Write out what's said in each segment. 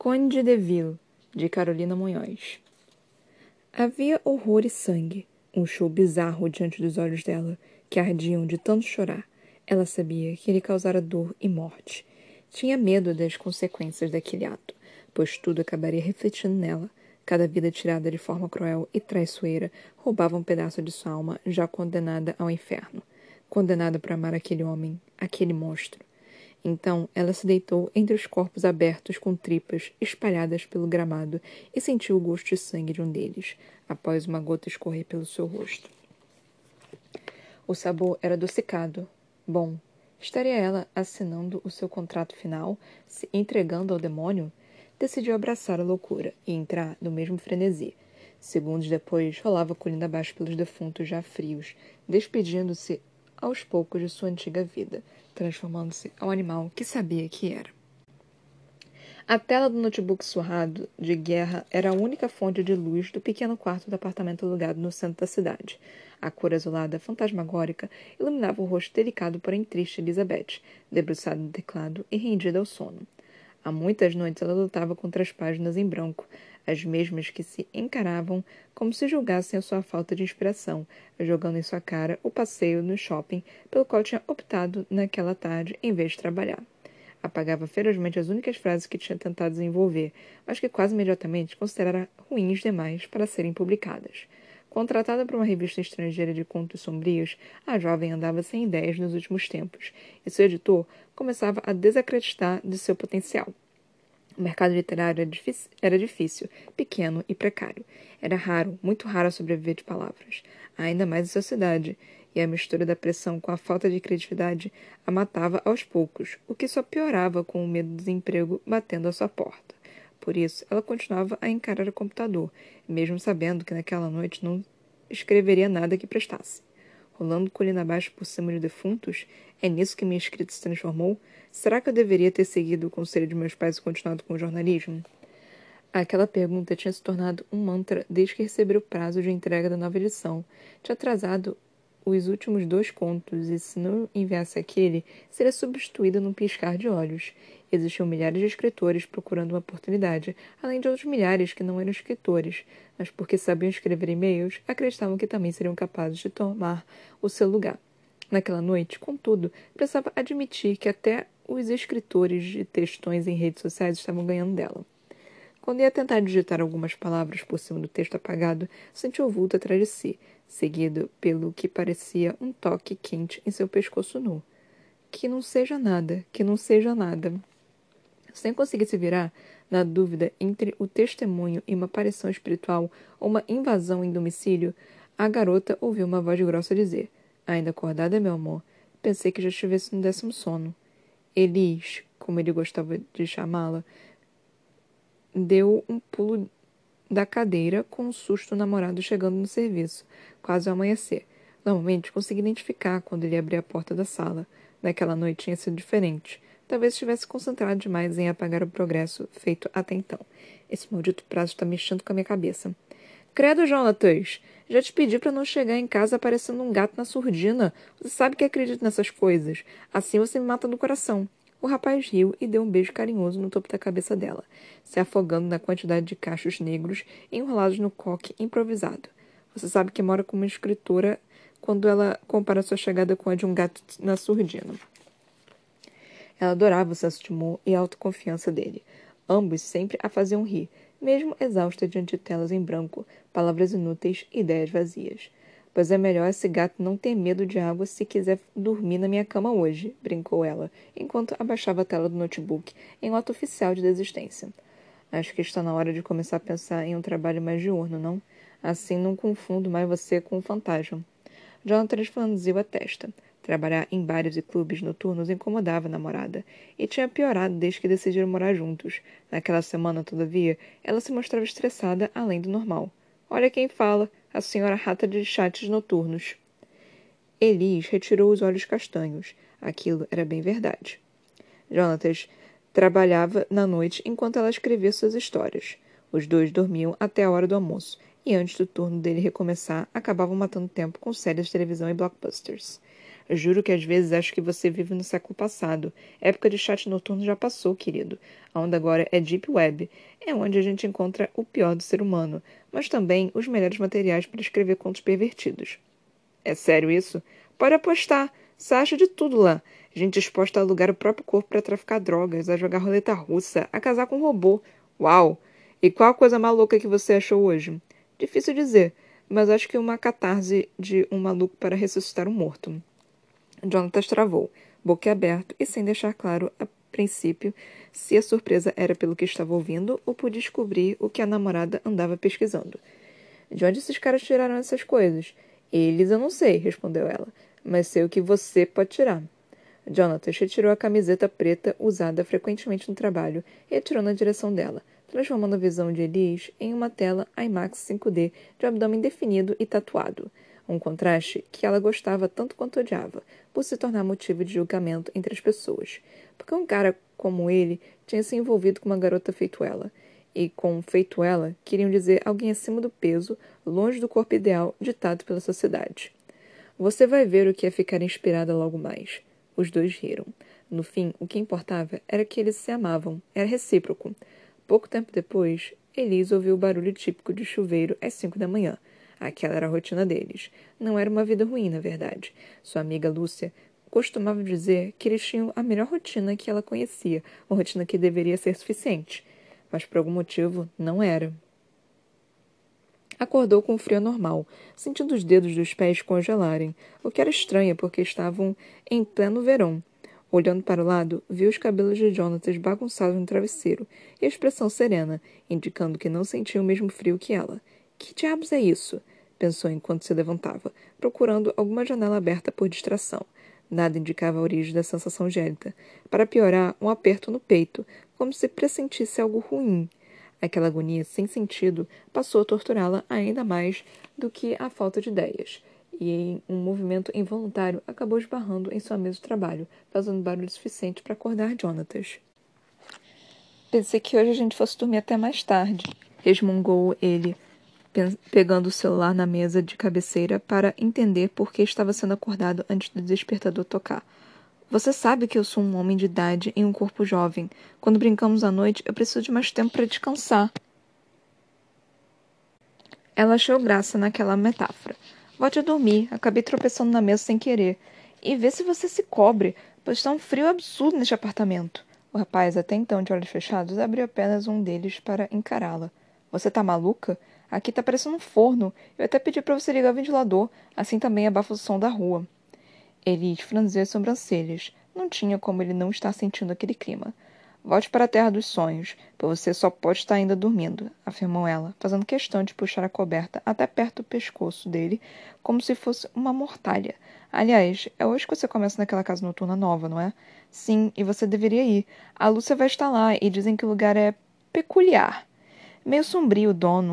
Conde de Ville, de Carolina Munhoz. Havia horror e sangue, um show bizarro diante dos olhos dela, que ardiam de tanto chorar. Ela sabia que ele causara dor e morte. Tinha medo das consequências daquele ato, pois tudo acabaria refletindo nela. Cada vida tirada de forma cruel e traiçoeira roubava um pedaço de sua alma, já condenada ao inferno. Condenada para amar aquele homem, aquele monstro. Então ela se deitou entre os corpos abertos com tripas espalhadas pelo gramado e sentiu o gosto de sangue de um deles, após uma gota escorrer pelo seu rosto. O sabor era adocicado. Bom, estaria ela assinando o seu contrato final, se entregando ao demônio? Decidiu abraçar a loucura e entrar no mesmo frenesi. Segundos depois, rolava colina abaixo pelos defuntos já frios, despedindo-se aos poucos de sua antiga vida, transformando-se ao animal que sabia que era. A tela do notebook surrado de guerra era a única fonte de luz do pequeno quarto do apartamento alugado no centro da cidade. A cor azulada, fantasmagórica, iluminava o rosto delicado, porém triste de Elizabeth, debruçada no teclado e rendida ao sono. Há muitas noites ela lutava contra as páginas em branco, as mesmas que se encaravam como se julgassem a sua falta de inspiração, jogando em sua cara o passeio no shopping pelo qual tinha optado naquela tarde em vez de trabalhar. Apagava ferozmente as únicas frases que tinha tentado desenvolver, mas que quase imediatamente considerara ruins demais para serem publicadas. Contratada por uma revista estrangeira de contos sombrios, a jovem andava sem ideias nos últimos tempos, e seu editor começava a desacreditar de seu potencial. O mercado literário era difícil, pequeno e precário. Era raro, muito raro sobreviver de palavras, ainda mais em sua cidade, e a mistura da pressão com a falta de criatividade a matava aos poucos, o que só piorava com o medo do desemprego batendo à sua porta. Por isso, ela continuava a encarar o computador, mesmo sabendo que naquela noite não escreveria nada que prestasse. Rolando colina abaixo por cima de defuntos? É nisso que minha escrita se transformou? Será que eu deveria ter seguido o conselho de meus pais e continuado com o jornalismo? Aquela pergunta tinha se tornado um mantra desde que recebera o prazo de entrega da nova edição. Tinha atrasado os últimos 2 contos e, se não enviasse aquele, seria substituída num piscar de olhos. Existiam milhares de escritores procurando uma oportunidade, além de outros milhares que não eram escritores, mas porque sabiam escrever e-mails, acreditavam que também seriam capazes de tomar o seu lugar. Naquela noite, contudo, precisava admitir que até os escritores de textões em redes sociais estavam ganhando dela. Quando ia tentar digitar algumas palavras por cima do texto apagado, sentiu o vulto atrás de si, seguido pelo que parecia um toque quente em seu pescoço nu. Que não seja nada, que não seja nada. Sem conseguir se virar, na dúvida entre o testemunho e uma aparição espiritual ou uma invasão em domicílio, a garota ouviu uma voz grossa dizer: "Ainda acordada, meu amor? Pensei que já estivesse no 10º sono." Elis, como ele gostava de chamá-la, deu um pulo da cadeira com um susto o namorado chegando no serviço, quase ao amanhecer. Normalmente conseguia identificar quando ele abria a porta da sala. Naquela noite tinha sido diferente. Talvez estivesse concentrado demais em apagar o progresso feito até então. Esse maldito prazo está mexendo com a minha cabeça. Credo, Jonatas! Já te pedi para não chegar em casa aparecendo um gato na surdina. Você sabe que acredito nessas coisas. Assim você me mata do coração. O rapaz riu e deu um beijo carinhoso no topo da cabeça dela, se afogando na quantidade de cachos negros enrolados no coque improvisado. Você sabe que mora com uma escritora quando ela compara sua chegada com a de um gato na surdina. Ela adorava o senso de humor e a autoconfiança dele. Ambos sempre a faziam rir, mesmo exausta diante de telas em branco, palavras inúteis e ideias vazias. Pois é melhor esse gato não ter medo de água se quiser dormir na minha cama hoje, brincou ela, enquanto abaixava a tela do notebook em nota oficial de desistência. Acho que está na hora de começar a pensar em um trabalho mais diurno, não? Assim não confundo mais você com um fantasma. Jonathan franziu a testa. Trabalhar em bares e clubes noturnos incomodava a namorada, e tinha piorado desde que decidiram morar juntos. Naquela semana, todavia, ela se mostrava estressada além do normal. Olha quem fala, a senhora rata de chats noturnos. Elis retirou os olhos castanhos. Aquilo era bem verdade. Jonatas trabalhava na noite enquanto ela escrevia suas histórias. Os dois dormiam até a hora do almoço, e antes do turno dele recomeçar, acabavam matando tempo com séries de televisão e blockbusters. Juro que às vezes acho que você vive no século passado. A época de chat noturno já passou, querido. A onda agora é Deep Web. É onde a gente encontra o pior do ser humano, mas também os melhores materiais para escrever contos pervertidos. É sério isso? Pode apostar. Você acha de tudo lá. Gente disposta a alugar o próprio corpo para traficar drogas, a jogar roleta russa, a casar com um robô. Uau! E qual a coisa maluca que você achou hoje? Difícil dizer, mas acho que uma catarse de um maluco para ressuscitar um morto. Jonathan travou, boquiaberto e sem deixar claro, a princípio, se a surpresa era pelo que estava ouvindo ou por descobrir o que a namorada andava pesquisando. De onde esses caras tiraram essas coisas? Eles eu não sei, respondeu ela, mas sei o que você pode tirar. Jonathan retirou a camiseta preta usada frequentemente no trabalho e atirou na direção dela, transformando a visão de Elise em uma tela IMAX 5D de um abdômen definido e tatuado. Um contraste que ela gostava tanto quanto odiava, por se tornar motivo de julgamento entre as pessoas. Porque um cara como ele tinha se envolvido com uma garota feito ela. E com feito ela, queriam dizer alguém acima do peso, longe do corpo ideal ditado pela sociedade. Você vai ver o que é ficar inspirada logo mais. Os dois riram. No fim, o que importava era que eles se amavam. Era recíproco. Pouco tempo depois, Elise ouviu o barulho típico de chuveiro às 5 da manhã. Aquela era a rotina deles. Não era uma vida ruim, na verdade. Sua amiga Lúcia costumava dizer que eles tinham a melhor rotina que ela conhecia, uma rotina que deveria ser suficiente. Mas por algum motivo, não era. Acordou com um frio anormal, sentindo os dedos dos pés congelarem, o que era estranho porque estavam em pleno verão. Olhando para o lado, viu os cabelos de Jonatas bagunçados no travesseiro e a expressão serena, indicando que não sentia o mesmo frio que ela. Que diabos é isso? Pensou enquanto se levantava, procurando alguma janela aberta por distração. Nada indicava a origem da sensação gélida. Para piorar, um aperto no peito, como se pressentisse algo ruim. Aquela agonia sem sentido passou a torturá-la ainda mais do que a falta de ideias. E em um movimento involuntário acabou esbarrando em sua mesa de trabalho, fazendo barulho suficiente para acordar Jonatas. Pensei que hoje a gente fosse dormir até mais tarde, resmungou ele, pegando o celular na mesa de cabeceira para entender por que estava sendo acordado antes do despertador tocar. Você sabe que eu sou um homem de idade em um corpo jovem. Quando brincamos à noite, eu preciso de mais tempo para descansar. Ela achou graça naquela metáfora. Volte a dormir. Acabei tropeçando na mesa sem querer. E vê se você se cobre, pois está um frio absurdo neste apartamento. O rapaz, até então de olhos fechados, abriu apenas um deles para encará-la. Você tá maluca? Aqui tá parecendo um forno. Eu até pedi para você ligar o ventilador. Assim também abafa o som da rua. Ele franziu as sobrancelhas. Não tinha como ele não estar sentindo aquele clima. Volte para a terra dos sonhos, pois você só pode estar ainda dormindo, afirmou ela, fazendo questão de puxar a coberta até perto do pescoço dele, como se fosse uma mortalha. Aliás, é hoje que você começa naquela casa noturna nova, não é? Sim, e você deveria ir. A Lúcia vai estar lá e dizem que o lugar é peculiar. Meio sombrio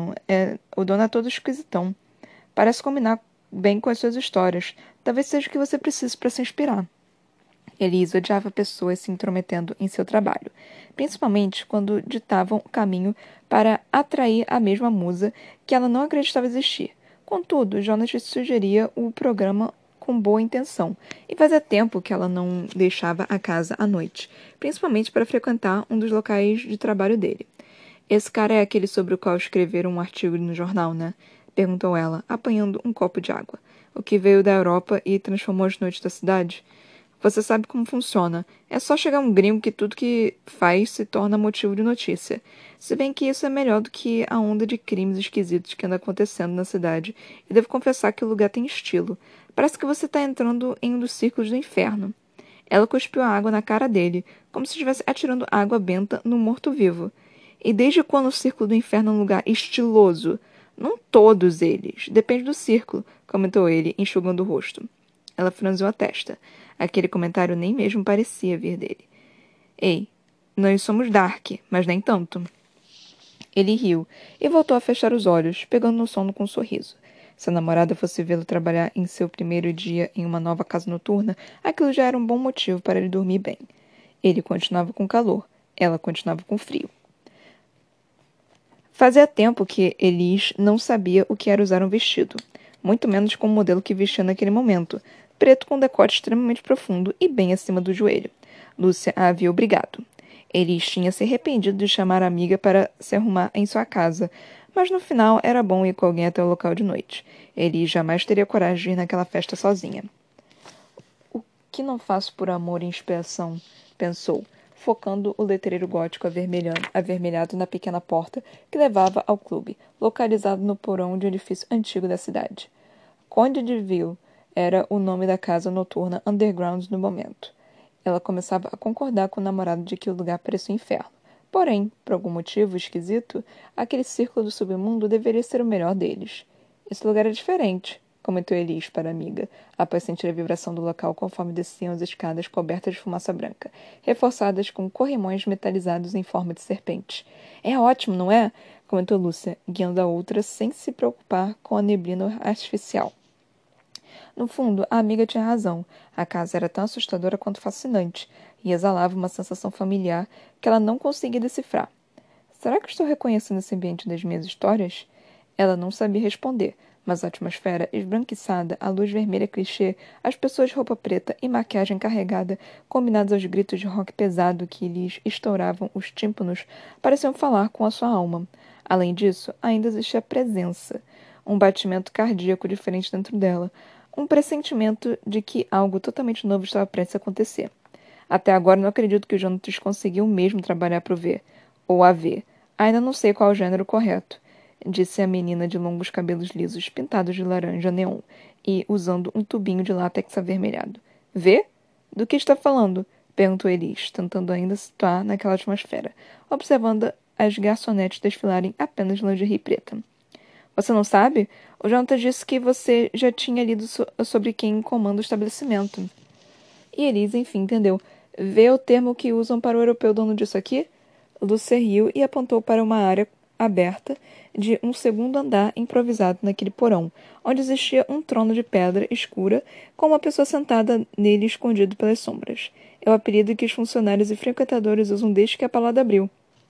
o dono é todo esquisitão. Parece combinar bem com as suas histórias. Talvez seja o que você precise para se inspirar. Elise odiava pessoas se intrometendo em seu trabalho, principalmente quando ditavam o caminho para atrair a mesma musa que ela não acreditava existir. Contudo, Jonas sugeria o programa com boa intenção, e fazia tempo que ela não deixava a casa à noite, principalmente para frequentar um dos locais de trabalho dele. Esse cara é aquele sobre o qual escreveram um artigo no jornal, né? Perguntou ela, apanhando um copo de água. O que veio da Europa e transformou as noites da cidade? Você sabe como funciona. É só chegar um gringo que tudo que faz se torna motivo de notícia. Se bem que isso é melhor do que a onda de crimes esquisitos que anda acontecendo na cidade. E devo confessar que o lugar tem estilo. Parece que você está entrando em um dos círculos do inferno. Ela cuspiu a água na cara dele, como se estivesse atirando água benta no morto-vivo. E desde quando o círculo do inferno é um lugar estiloso? Não todos eles. Depende do círculo, comentou ele, enxugando o rosto. Ela franziu a testa. Aquele comentário nem mesmo parecia vir dele. Ei, nós somos Dark, mas nem tanto. Ele riu e voltou a fechar os olhos, pegando no sono com um sorriso. Se a namorada fosse vê-lo trabalhar em seu primeiro dia em uma nova casa noturna, aquilo já era um bom motivo para ele dormir bem. Ele continuava com calor, ela continuava com frio. Fazia tempo que Elise não sabia o que era usar um vestido, muito menos com o modelo que vestia naquele momento. preto com decote extremamente profundo e bem acima do joelho. Lúcia a havia obrigado. Elis tinha se arrependido de chamar a amiga para se arrumar em sua casa, mas no final era bom ir com alguém até o local de noite. Elis jamais teria coragem de ir naquela festa sozinha. O que não faço por amor e inspiração? Pensou, focando o letreiro gótico avermelhado na pequena porta que levava ao clube, localizado no porão de um edifício antigo da cidade. Conde de Ville era o nome da casa noturna underground no momento. Ela começava a concordar com o namorado de que o lugar parecia um inferno. Porém, por algum motivo esquisito, aquele círculo do submundo deveria ser o melhor deles. Esse lugar é diferente, comentou Elis para a amiga, após sentir a vibração do local conforme desciam as escadas cobertas de fumaça branca, reforçadas com corrimões metalizados em forma de serpentes. É ótimo, não é? Comentou Lúcia, guiando a outra sem se preocupar com a neblina artificial. No fundo, a amiga tinha razão. A casa era tão assustadora quanto fascinante, e exalava uma sensação familiar que ela não conseguia decifrar. Será que estou reconhecendo esse ambiente das minhas histórias? Ela não sabia responder, mas a atmosfera esbranquiçada, a luz vermelha clichê, as pessoas de roupa preta e maquiagem carregada, combinados aos gritos de rock pesado que lhes estouravam os tímpanos, pareciam falar com a sua alma. Além disso, ainda existia a presença, um batimento cardíaco diferente dentro dela, um pressentimento de que algo totalmente novo estava prestes a acontecer. Até agora não acredito que o Jonatas conseguiu mesmo trabalhar para o V, ou a ver. Ainda não sei qual é o gênero correto, disse a menina de longos cabelos lisos, pintados de laranja neon, e usando um tubinho de látex avermelhado. V? Do que está falando? Perguntou Elis, tentando ainda situar naquela atmosfera, observando as garçonetes desfilarem apenas de lingerie preta. Você não sabe? O Jonathan disse que você já tinha lido sobre quem comanda o estabelecimento. E Elisa, enfim, entendeu. Vê o termo que usam para o europeu dono disso aqui? Lúcia riu e apontou para uma área aberta de um segundo andar improvisado naquele porão, onde existia um trono de pedra escura com uma pessoa sentada nele escondido pelas sombras. É o apelido que os funcionários e frequentadores usam desde que a palavra abriu.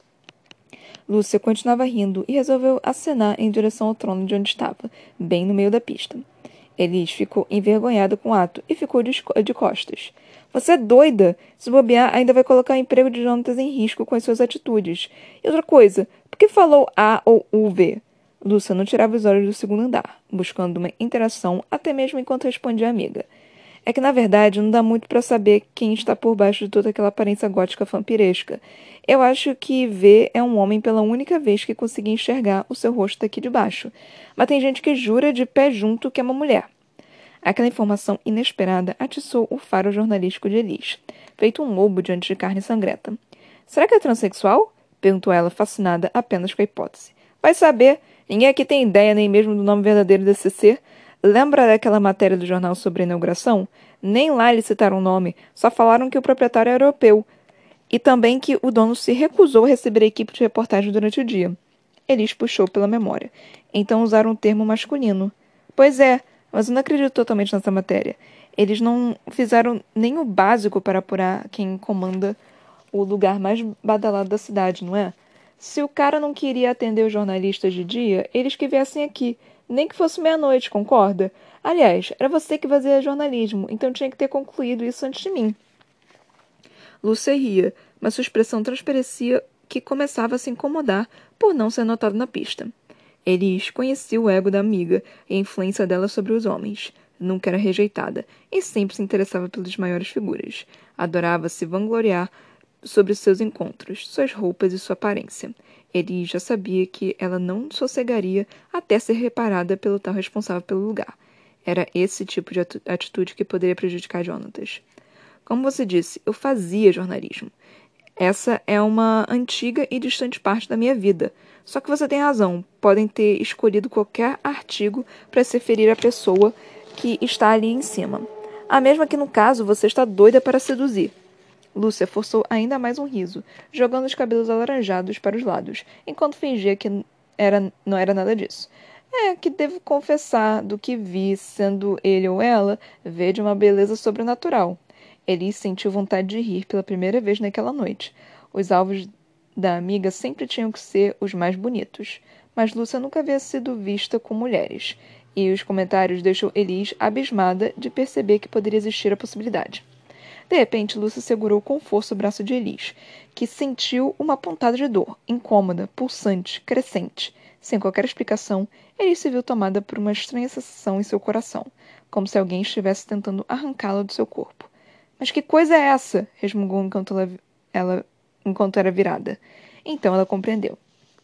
Lúcia continuava rindo e resolveu acenar em direção ao trono de onde estava, bem no meio da pista. Elis ficou envergonhada com o ato e ficou de costas. Você é doida! Se bobear, ainda vai colocar o emprego de Jonatas em risco com as suas atitudes. E outra coisa, por que falou A ou UV? Lúcia não tirava os olhos do segundo andar, buscando uma interação até mesmo enquanto respondia à amiga. É que, na verdade, não dá muito para saber quem está por baixo de toda aquela aparência gótica vampiresca. Eu acho que V é um homem pela única vez que consegui enxergar o seu rosto daqui de baixo. Mas tem gente que jura de pé junto que é uma mulher. Aquela informação inesperada atiçou o faro jornalístico de Elis, feito um lobo diante de carne sangrenta. Será que é transexual? Perguntou ela, fascinada apenas com a hipótese. Vai saber. Ninguém aqui tem ideia nem mesmo do nome verdadeiro desse ser. Lembra daquela matéria do jornal sobre a inauguração? Nem lá eles citaram o nome, só falaram que o proprietário era europeu. E também que o dono se recusou a receber a equipe de reportagem durante o dia. Elis puxou pela memória. Então usaram um termo masculino. Pois é, mas eu não acredito totalmente nessa matéria. Eles não fizeram nem o básico para apurar quem comanda o lugar mais badalado da cidade, não é? Se o cara não queria atender os jornalistas de dia, eles que viessem aqui. Nem que fosse meia-noite, concorda? Aliás, era você que fazia jornalismo, então tinha que ter concluído isso antes de mim. Lúcia ria, mas sua expressão transparecia que começava a se incomodar por não ser notado na pista. Elis conhecia o ego da amiga e a influência dela sobre os homens. Nunca era rejeitada e sempre se interessava pelas maiores figuras. Adorava se vangloriar sobre seus encontros, suas roupas e sua aparência. Elis já sabia que ela não sossegaria até ser reparada pelo tal responsável pelo lugar. Era esse tipo de atitude que poderia prejudicar Jonatas. Como você disse, eu fazia jornalismo. Essa é uma antiga e distante parte da minha vida. Só que você tem razão. Podem ter escolhido qualquer artigo para se referir à pessoa que está ali em cima. A mesma que, no caso, você está doida para seduzir. Lúcia forçou ainda mais um riso, jogando os cabelos alaranjados para os lados, enquanto fingia que não era nada disso. É que devo confessar, do que vi, sendo ele ou ela, ver de uma beleza sobrenatural. Elis sentiu vontade de rir pela primeira vez naquela noite. Os alvos da amiga sempre tinham que ser os mais bonitos, mas Lúcia nunca havia sido vista com mulheres. e os comentários deixou Elise abismada de perceber que poderia existir a possibilidade. De repente, Lúcia segurou com força o braço de Elise, que sentiu uma pontada de dor, incômoda, pulsante, crescente. Sem qualquer explicação, Elise se viu tomada por uma estranha sensação em seu coração, como se alguém estivesse tentando arrancá-la do seu corpo. Mas que coisa é essa? Resmungou enquanto era virada. Então ela compreendeu.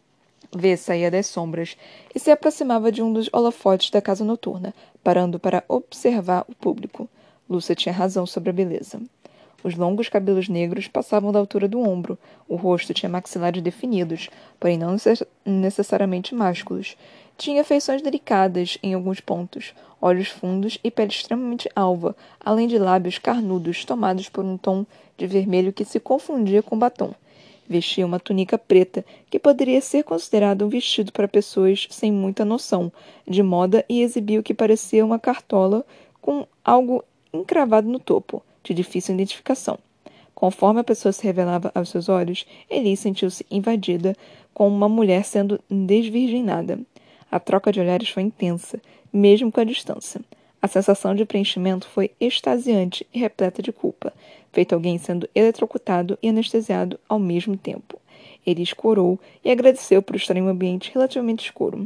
V saía das sombras e se aproximava de um dos holofotes da casa noturna, parando para observar o público. Lúcia tinha razão sobre a beleza. Os longos cabelos negros passavam da altura do ombro. O rosto tinha maxilares definidos, porém não necessariamente másculos. Tinha feições delicadas em alguns pontos, olhos fundos e pele extremamente alva, além de lábios carnudos tomados por um tom de vermelho que se confundia com batom. Vestia uma túnica preta, que poderia ser considerado um vestido para pessoas sem muita noção de moda, e exibia o que parecia uma cartola com algo encravado no topo, de difícil identificação. Conforme a pessoa se revelava aos seus olhos, Elise sentiu-se invadida, como uma mulher sendo desvirginada. A troca de olhares foi intensa, mesmo com a distância. A sensação de preenchimento foi extasiante e repleta de culpa, feito alguém sendo eletrocutado e anestesiado ao mesmo tempo. Ele escorou e agradeceu por estar em um ambiente relativamente escuro.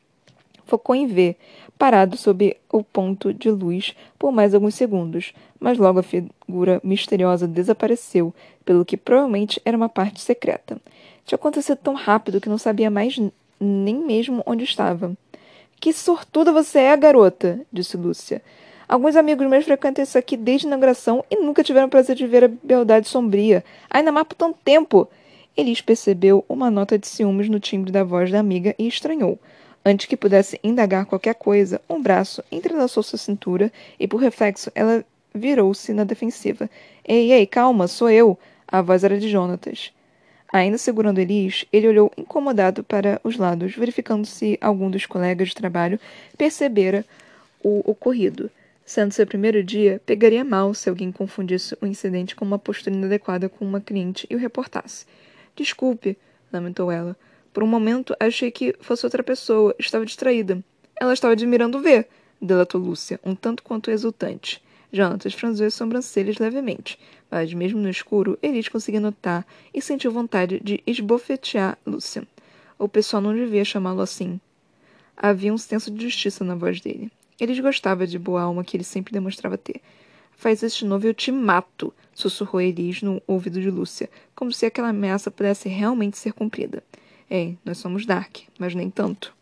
Focou em V, parado sob o ponto de luz por mais alguns segundos, mas logo a figura misteriosa desapareceu, pelo que provavelmente era uma parte secreta. Tinha acontecido tão rápido que não sabia mais nem mesmo onde estava. Que sortuda você é, garota, disse Lúcia. Alguns amigos meus frequentam isso aqui desde a inauguração e nunca tiveram o prazer de ver a beldade sombria. Ainda mais por tanto tempo. Elis percebeu uma nota de ciúmes no timbre da voz da amiga e estranhou. Antes que pudesse indagar qualquer coisa, um braço entrelaçou sua cintura e, por reflexo, ela virou-se na defensiva. Ei, calma, sou eu. A voz era de Jonatas. Ainda segurando Elis, ele olhou incomodado para os lados, verificando se algum dos colegas de trabalho percebera o ocorrido. Sendo seu primeiro dia, pegaria mal se alguém confundisse o incidente com uma postura inadequada com uma cliente e o reportasse. Desculpe, lamentou ela. Por um momento, achei que fosse outra pessoa. Estava distraída. Ela estava admirando ver, delatou Lúcia, um tanto quanto exultante. Jonatas franziu as sobrancelhas levemente, mas, mesmo no escuro, Elis conseguia notar e sentiu vontade de esbofetear Lúcia. O pessoal não devia chamá-lo assim. Havia um senso de justiça na voz dele. Elis gostava de boa alma que ele sempre demonstrava ter. Faz isso de novo e eu te mato, sussurrou Elis no ouvido de Lúcia, como se aquela ameaça pudesse realmente ser cumprida. Ei, nós somos Dark, mas nem tanto.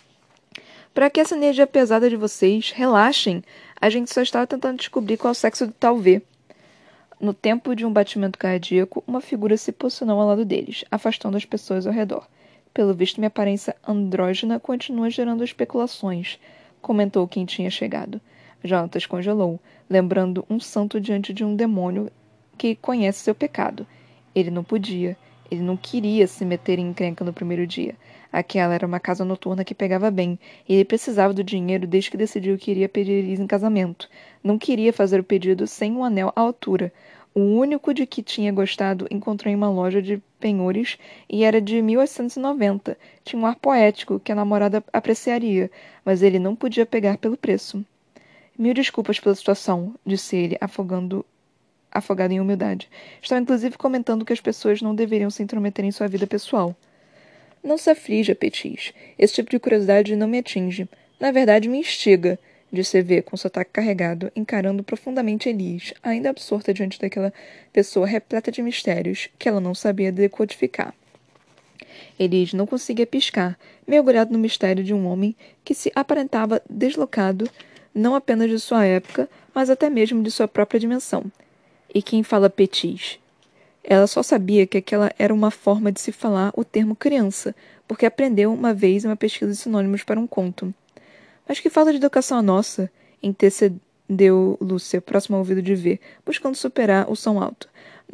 Para que essa energia pesada de vocês? Relaxem. A gente só estava tentando descobrir qual é o sexo do tal V. No tempo de um batimento cardíaco, uma figura se posicionou ao lado deles, afastando as pessoas ao redor. Pelo visto, minha aparência andrógena continua gerando especulações, comentou quem tinha chegado. Jonatas congelou, lembrando um santo diante de um demônio que conhece seu pecado. Ele não podia. Ele não queria se meter em encrenca no primeiro dia. Aquela era uma casa noturna que pegava bem, e ele precisava do dinheiro desde que decidiu que iria pedir Elise em casamento. Não queria fazer o pedido sem um anel à altura. O único de que tinha gostado encontrou em uma loja de penhores e era de 1890. Tinha um ar poético que a namorada apreciaria, mas ele não podia pegar pelo preço. Mil desculpas pela situação, disse ele, afogado em humildade. Estava inclusive comentando que as pessoas não deveriam se intrometer em sua vida pessoal. Não se aflija, Petis. Esse tipo de curiosidade não me atinge. Na verdade, me instiga, disse V, com sotaque carregado, encarando profundamente Elis, ainda absorta diante daquela pessoa repleta de mistérios que ela não sabia decodificar. Elis não conseguia piscar, mergulhado no mistério de um homem que se aparentava deslocado não apenas de sua época, mas até mesmo de sua própria dimensão. E quem fala Petis? Ela só sabia que aquela era uma forma de se falar o termo criança, porque aprendeu uma vez em uma pesquisa de sinônimos para um conto. Mas que falta de educação a nossa, intercedeu Lúcia, próximo ao ouvido de V, buscando superar o som alto.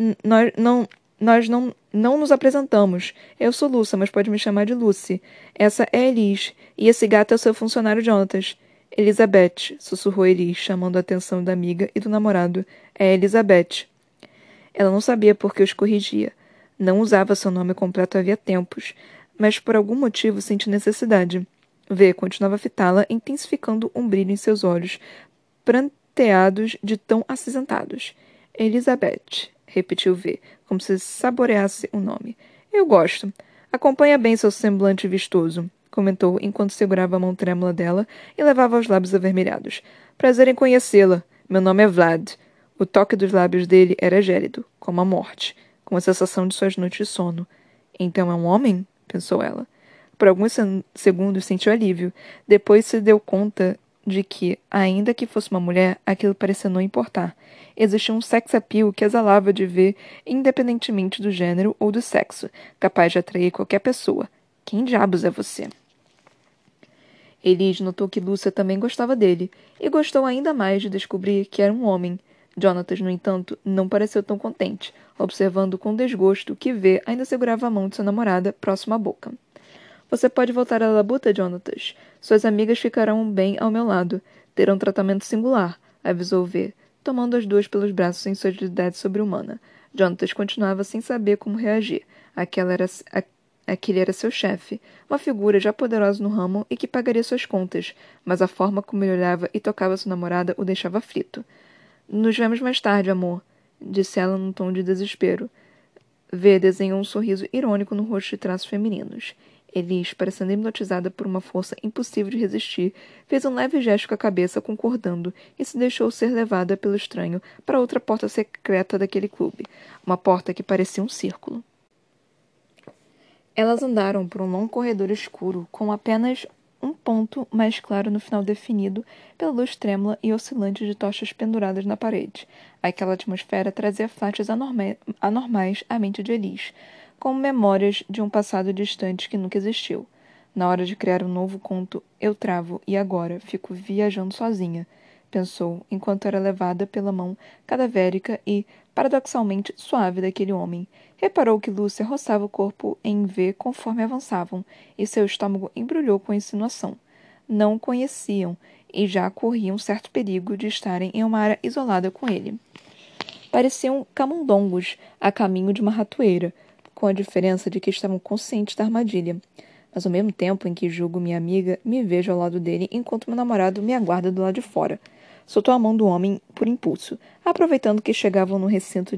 Nós não nos apresentamos. Eu sou Lúcia, mas pode me chamar de Lucy. Essa é Elis, e esse gato é o seu funcionário Jonatas. Elizabeth, sussurrou Elis, chamando a atenção da amiga e do namorado. É Elizabeth. Ela não sabia por que os corrigia. Não usava seu nome completo havia tempos, mas por algum motivo sentiu necessidade. V continuava a fitá-la, intensificando um brilho em seus olhos, pranteados de tão acinzentados. Elizabeth, repetiu V, como se saboreasse o nome. Eu gosto. Acompanha bem seu semblante vistoso, comentou enquanto segurava a mão trêmula dela e levava aos lábios avermelhados. Prazer em conhecê-la. Meu nome é Vlad. O toque dos lábios dele era gélido, como a morte, com a sensação de suas noites de sono. Então é um homem? Pensou ela. Por alguns segundos sentiu alívio. Depois se deu conta de que, ainda que fosse uma mulher, aquilo parecia não importar. Existia um sex appeal que exalava de ver, independentemente do gênero ou do sexo, capaz de atrair qualquer pessoa. Quem diabos é você? Elis notou que Lúcia também gostava dele, e gostou ainda mais de descobrir que era um homem. Jonatas, no entanto, não pareceu tão contente, observando com desgosto que V ainda segurava a mão de sua namorada próxima à boca. Você pode voltar à labuta, Jonatas. Suas amigas ficarão bem ao meu lado. Terão um tratamento singular, avisou V, tomando as duas pelos braços em sua agilidade sobre-humana. Jonatas continuava sem saber como reagir. Aquele era seu chefe, uma figura já poderosa no ramo e que pagaria suas contas, mas a forma como ele olhava e tocava sua namorada o deixava aflito. Nos vemos mais tarde, amor, disse ela num tom de desespero. V desenhou um sorriso irônico no rosto de traços femininos. Elis, parecendo hipnotizada por uma força impossível de resistir, fez um leve gesto com a cabeça, concordando, e se deixou ser levada pelo estranho para outra porta secreta daquele clube, uma porta que parecia um círculo. Elas andaram por um longo corredor escuro, com apenas um ponto mais claro no final definido pela luz trêmula e oscilante de tochas penduradas na parede. Aquela atmosfera trazia flashes anormais à mente de Elis, como memórias de um passado distante que nunca existiu. Na hora de criar um novo conto, eu travo e agora fico viajando sozinha, pensou, enquanto era levada pela mão cadavérica e, paradoxalmente, suave daquele homem. Reparou que Lúcia roçava o corpo em V conforme avançavam, e seu estômago embrulhou com insinuação. Não o conheciam, e já corriam certo perigo de estarem em uma área isolada com ele. Pareciam camundongos a caminho de uma ratoeira, com a diferença de que estavam conscientes da armadilha. Mas ao mesmo tempo em que julgo minha amiga, me vejo ao lado dele enquanto meu namorado me aguarda do lado de fora. Soltou a mão do homem por impulso, aproveitando que chegavam no recinto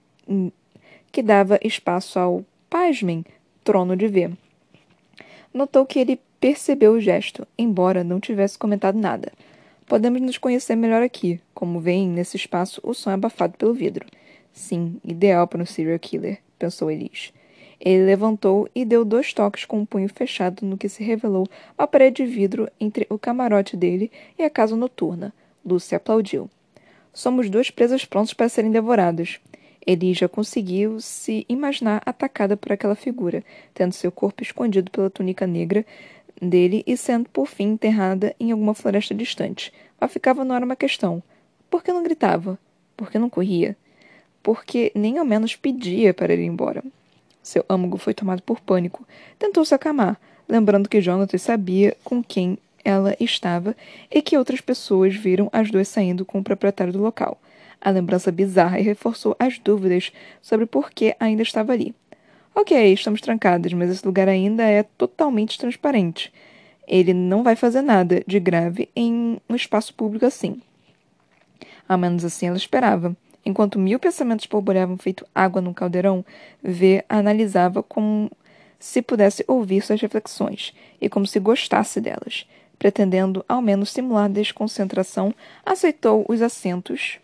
que dava espaço ao, pasmem, trono de V. Notou que ele percebeu o gesto, embora não tivesse comentado nada. Podemos nos conhecer melhor aqui, como veem nesse espaço o som é abafado pelo vidro. Sim, ideal para um serial killer, pensou Elis. Ele levantou e deu 2 toques com o punho fechado no que se revelou a parede de vidro entre o camarote dele e a casa noturna. Lúcia aplaudiu. Somos 2 presas prontas para serem devoradas. Elis já conseguiu se imaginar atacada por aquela figura, tendo seu corpo escondido pela túnica negra dele e sendo, por fim, enterrada em alguma floresta distante. Mas ficava na hora uma questão. Por que não gritava? Por que não corria? Por que nem ao menos pedia para ir embora? Seu âmago foi tomado por pânico. Tentou se acalmar, lembrando que Jonathan sabia com quem ela estava e que outras pessoas viram as 2 saindo com o proprietário do local. A lembrança bizarra reforçou as dúvidas sobre por que ainda estava ali. Ok, estamos trancadas, mas esse lugar ainda é totalmente transparente. Ele não vai fazer nada de grave em um espaço público assim. Ao menos assim ela esperava. Enquanto 1000 pensamentos borbulhavam feito água num caldeirão, V analisava como se pudesse ouvir suas reflexões, e como se gostasse delas. Pretendendo ao menos simular desconcentração, aceitou os assentos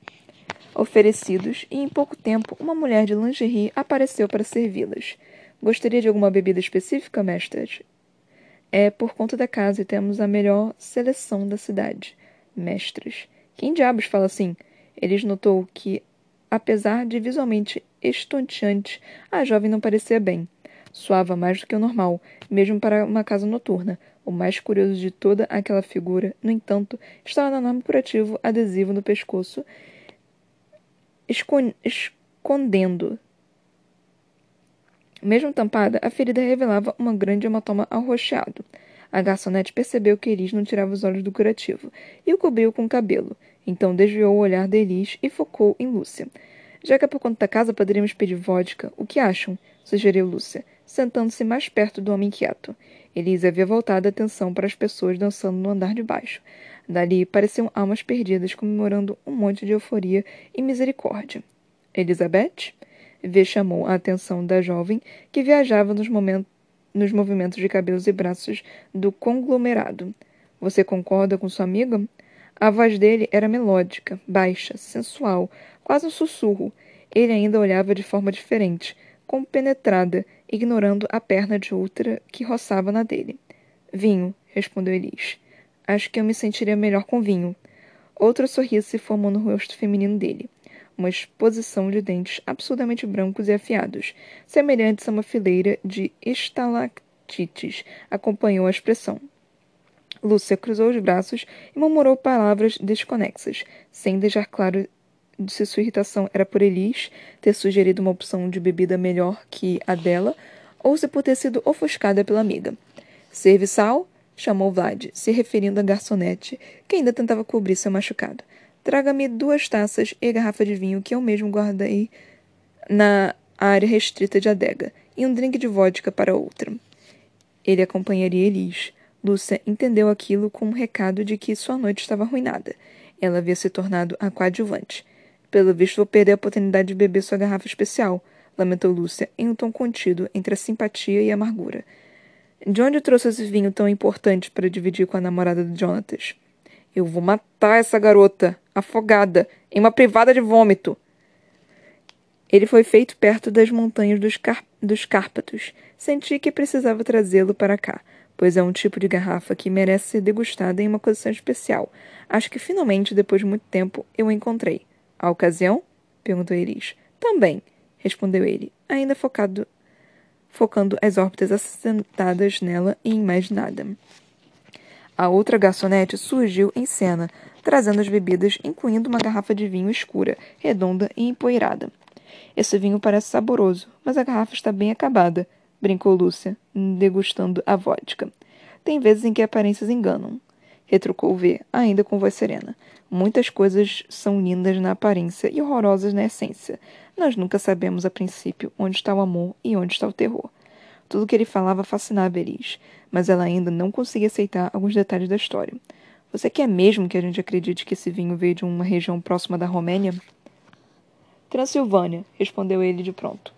oferecidos e em pouco tempo uma mulher de lingerie apareceu para servi-las. Gostaria de alguma bebida específica, mestre? É por conta da casa e temos a melhor seleção da cidade. Mestres. Quem diabos fala assim? Eles notou que, apesar de visualmente estonteante, a jovem não parecia bem. Suava mais do que o normal, mesmo para uma casa noturna. O mais curioso de toda aquela figura, no entanto, estava no enorme curativo adesivo no pescoço, escondendo. Mesmo tampada, a ferida revelava um grande hematoma arroxeado. A garçonete percebeu que Elis não tirava os olhos do curativo e o cobriu com o cabelo. Então desviou o olhar de Elis e focou em Lúcia. Já que é por conta da casa, poderíamos pedir vodka. O que acham? Sugeriu Lúcia, sentando-se mais perto do homem quieto. Elise havia voltado a atenção para as pessoas dançando no andar de baixo. Dali pareciam almas perdidas comemorando um monte de euforia e misericórdia. Elizabeth? V chamou a atenção da jovem que viajava nos movimentos de cabelos e braços do conglomerado. Você concorda com sua amiga? A voz dele era melódica, baixa, sensual, quase um sussurro. Ele ainda olhava de forma diferente, compenetrada, ignorando a perna de outra que roçava na dele. Vinho, respondeu Elis. Acho que eu me sentiria melhor com vinho. Outro sorriso se formou no rosto feminino dele. Uma exposição de dentes absurdamente brancos e afiados, semelhantes a uma fileira de estalactites, acompanhou a expressão. Lúcia cruzou os braços e murmurou palavras desconexas, sem deixar claro se sua irritação era por Elis ter sugerido uma opção de bebida melhor que a dela, ou se por ter sido ofuscada pela amiga. Serviçal? Chamou Vlad, se referindo à garçonete, que ainda tentava cobrir seu machucado. Traga-me 2 taças e garrafa de vinho que eu mesmo guardei na área restrita de adega, e um drink de vodka para outra. Ele acompanharia Elis. Lúcia entendeu aquilo com um recado de que sua noite estava arruinada. Ela havia se tornado a coadjuvante. Pelo visto, vou perder a oportunidade de beber sua garrafa especial, lamentou Lúcia, em um tom contido entre a simpatia e a amargura. De onde trouxe esse vinho tão importante para dividir com a namorada de Jonatas? Eu vou matar essa garota, afogada, em uma privada de vômito. Ele foi feito perto das montanhas dos Cárpatos. Senti que precisava trazê-lo para cá, pois é um tipo de garrafa que merece ser degustada em uma condição especial. Acho que finalmente, depois de muito tempo, eu a encontrei. A ocasião? Perguntou Elis. Também, respondeu ele, ainda focando as órbitas assentadas nela e em mais nada. A outra garçonete surgiu em cena, trazendo as bebidas, incluindo uma garrafa de vinho escura, redonda e empoeirada. Esse vinho parece saboroso, mas a garrafa está bem acabada, brincou Lúcia, degustando a vodka. Tem vezes em que aparências enganam, retrucou V, ainda com voz serena. Muitas coisas são lindas na aparência e horrorosas na essência. Nós nunca sabemos a princípio onde está o amor e onde está o terror. Tudo o que ele falava fascinava Elis, mas ela ainda não conseguia aceitar alguns detalhes da história. Você quer mesmo que a gente acredite que esse vinho veio de uma região próxima da Romênia? Transilvânia, respondeu ele de pronto.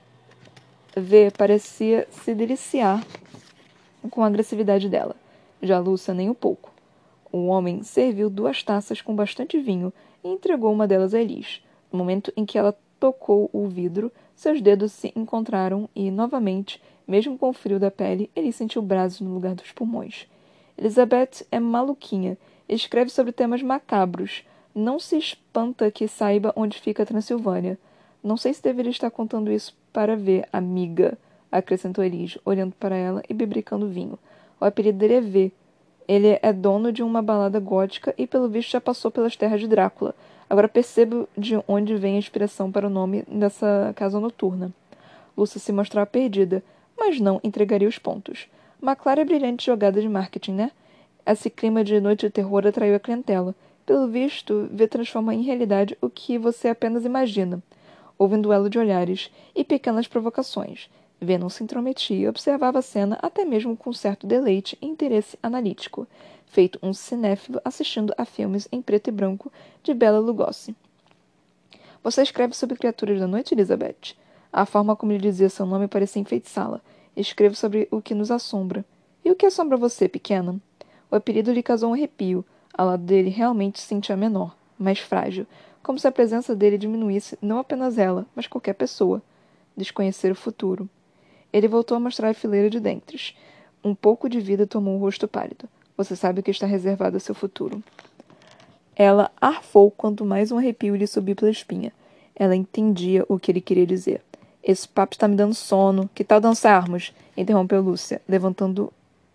V parecia se deliciar com a agressividade dela. Já Lúcia nem um pouco. O homem serviu 2 taças com bastante vinho e entregou uma delas a Elis. No momento em que ela tocou o vidro, seus dedos se encontraram e, novamente, mesmo com o frio da pele, ele sentiu braços no lugar dos pulmões. Elizabeth é maluquinha. Escreve sobre temas macabros. Não se espanta que saiba onde fica a Transilvânia. Não sei se deveria estar contando isso para ver, amiga, acrescentou Elis, olhando para ela e bebricando vinho. O apelido dele é V. Ele é dono de uma balada gótica e, pelo visto, já passou pelas terras de Drácula. Agora percebo de onde vem a inspiração para o nome dessa casa noturna. Lúcia se mostrava perdida, mas não entregaria os pontos. Uma clara e brilhante jogada de marketing, né? Esse clima de noite de terror atraiu a clientela. Pelo visto, V transforma em realidade o que você apenas imagina. Houve um duelo de olhares e pequenas provocações. V não se intrometia e observava a cena até mesmo com certo deleite e interesse analítico, feito um cinéfilo assistindo a filmes em preto e branco de Bela Lugosi. Você escreve sobre criaturas da noite, Elizabeth? A forma como ele dizia seu nome parecia enfeitiçá-la. Escrevo sobre o que nos assombra. E o que assombra você, pequena? O apelido lhe causou um arrepio. Ao lado dele realmente se sentia menor, mais frágil, como se a presença dele diminuísse não apenas ela, mas qualquer pessoa. Desconhecer o futuro. Ele voltou a mostrar a fileira de dentes. Um pouco de vida tomou o rosto pálido. Você sabe o que está reservado a seu futuro. Ela arfou quanto mais um arrepio lhe subiu pela espinha. Ela entendia o que ele queria dizer. Esse papo está me dando sono. Que tal dançarmos? Interrompeu Lúcia, levantando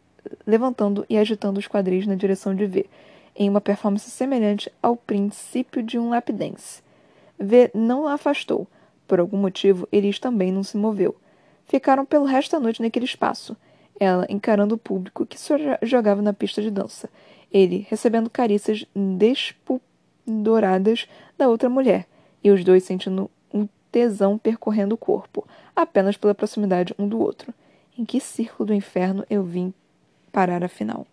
e agitando os quadris na direção de V, em uma performance semelhante ao princípio de um lap dance. V não a afastou. Por algum motivo, Elis também não se moveu. Ficaram pelo resto da noite naquele espaço, ela encarando o público que se jogava na pista de dança, ele recebendo carícias despudoradas da outra mulher, e os dois sentindo um tesão percorrendo o corpo, apenas pela proximidade um do outro. Em que círculo do inferno eu vim parar afinal?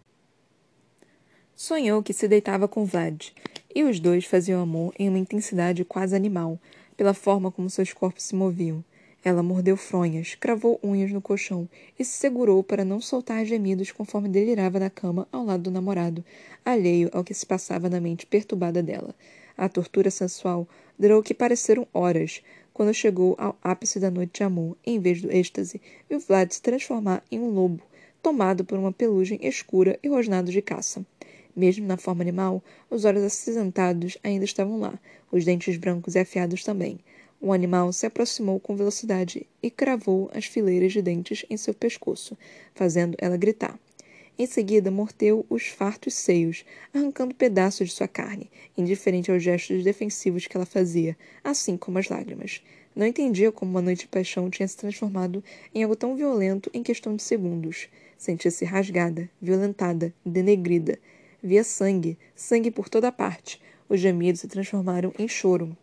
Sonhou que se deitava com Vlad, e os dois faziam amor em uma intensidade quase animal, pela forma como seus corpos se moviam. Ela mordeu fronhas, cravou unhas no colchão e se segurou para não soltar gemidos conforme delirava na cama ao lado do namorado, alheio ao que se passava na mente perturbada dela. A tortura sensual durou o que pareceram horas, quando chegou ao ápice da noite de amor, em vez do êxtase, viu Vlad se transformar em um lobo, tomado por uma pelugem escura e rosnado de caça. Mesmo na forma animal, os olhos acinzentados ainda estavam lá, os dentes brancos e afiados também. O animal se aproximou com velocidade e cravou as fileiras de dentes em seu pescoço, fazendo ela gritar. Em seguida, mordeu os fartos seios, arrancando pedaços de sua carne, indiferente aos gestos defensivos que ela fazia, assim como as lágrimas. Não entendia como uma noite de paixão tinha se transformado em algo tão violento em questão de segundos. Sentia-se rasgada, violentada, denegrida. Via sangue, sangue por toda parte. Os gemidos se transformaram em choro.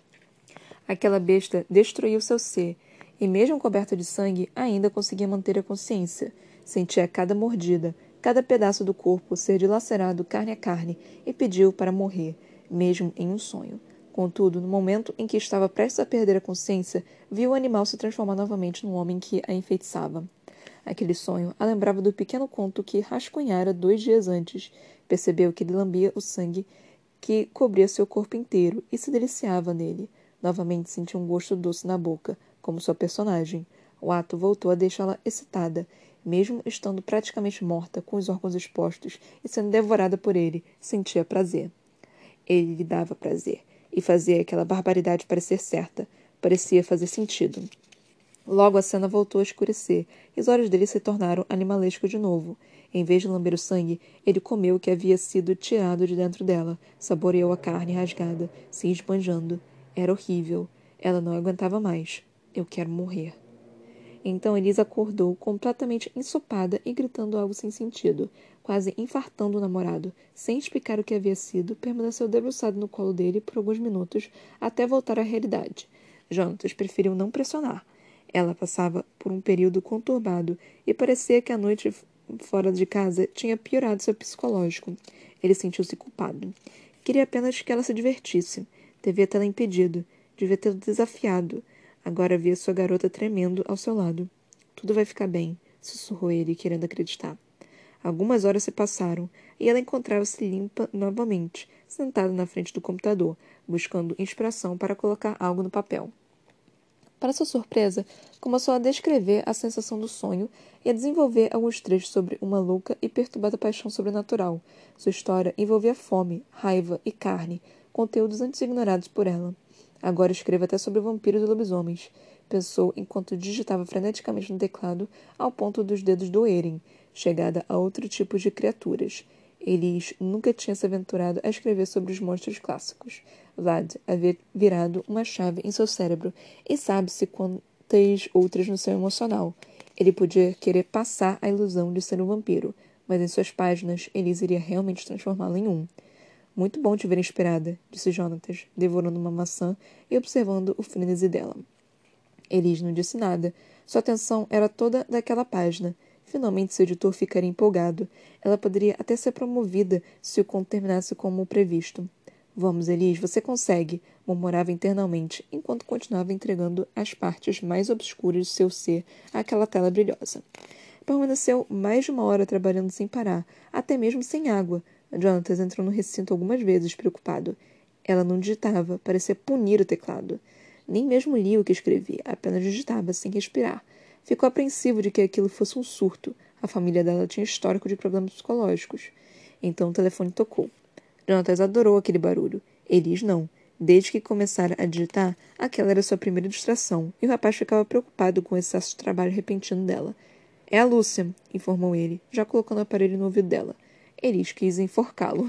Aquela besta destruiu seu ser, e mesmo coberta de sangue, ainda conseguia manter a consciência. Sentia cada mordida, cada pedaço do corpo ser dilacerado carne a carne, e pediu para morrer, mesmo em um sonho. Contudo, no momento em que estava prestes a perder a consciência, viu o animal se transformar novamente num homem que a enfeitiçava. Aquele sonho a lembrava do pequeno conto que rascunhara 2 dias antes. Percebeu que ele lambia o sangue que cobria seu corpo inteiro e se deliciava nele. Novamente sentiu um gosto doce na boca, como sua personagem. O ato voltou a deixá-la excitada, mesmo estando praticamente morta, com os órgãos expostos e sendo devorada por ele, sentia prazer. Ele lhe dava prazer, e fazia aquela barbaridade parecer certa. Parecia fazer sentido. Logo a cena voltou a escurecer, e os olhos dele se tornaram animalescos de novo. Em vez de lamber o sangue, ele comeu o que havia sido tirado de dentro dela, saboreou a carne rasgada, se esbanjando. Era horrível. Ela não aguentava mais. Eu quero morrer. Então Elisa acordou, completamente ensopada e gritando algo sem sentido, quase infartando o namorado. Sem explicar o que havia sido, permaneceu debruçado no colo dele por alguns minutos, até voltar à realidade. Jonatas preferiu não pressionar. Ela passava por um período conturbado e parecia que a noite fora de casa tinha piorado seu psicológico. Ele sentiu-se culpado. Queria apenas que ela se divertisse. Devia tê-la impedido. Devia tê-la desafiado. Agora via sua garota tremendo ao seu lado. Tudo vai ficar bem, sussurrou ele, querendo acreditar. Algumas horas se passaram e ela encontrava-se limpa novamente, sentada na frente do computador, buscando inspiração para colocar algo no papel. Para sua surpresa, começou a descrever a sensação do sonho e a desenvolver alguns trechos sobre uma louca e perturbada paixão sobrenatural. Sua história envolvia fome, raiva e carne, conteúdos antes ignorados por ela. Agora escreva até sobre vampiros e lobisomens, pensou enquanto digitava freneticamente no teclado ao ponto dos dedos doerem, chegada a outro tipo de criaturas. Elis nunca tinha se aventurado a escrever sobre os monstros clássicos. Vlad havia virado uma chave em seu cérebro e sabe-se quantas outras no seu emocional. Ele podia querer passar a ilusão de ser um vampiro, mas em suas páginas Elis iria realmente transformá-lo em um. Muito bom te ver inspirada, disse Jonatas, devorando uma maçã e observando o frenesi dela. Elis não disse nada. Sua atenção era toda daquela página. Finalmente seu editor ficaria empolgado. Ela poderia até ser promovida se o conto terminasse como o previsto. Vamos, Elis, você consegue, murmurava internamente, enquanto continuava entregando as partes mais obscuras de seu ser àquela tela brilhosa. Permaneceu mais de 1 hora trabalhando sem parar, até mesmo sem água. Jonatas entrou no recinto algumas vezes, preocupado. Ela não digitava, parecia punir o teclado. Nem mesmo lia o que escrevia, apenas digitava, sem respirar. Ficou apreensivo de que aquilo fosse um surto. A família dela tinha histórico de problemas psicológicos. Então o telefone tocou. Jonatas adorou aquele barulho. Elis não. Desde que começara a digitar, aquela era sua primeira distração, e o rapaz ficava preocupado com o excesso de trabalho repentino dela. É a Lúcia, informou ele, já colocando o aparelho no ouvido dela. Elis quis enforcá-lo.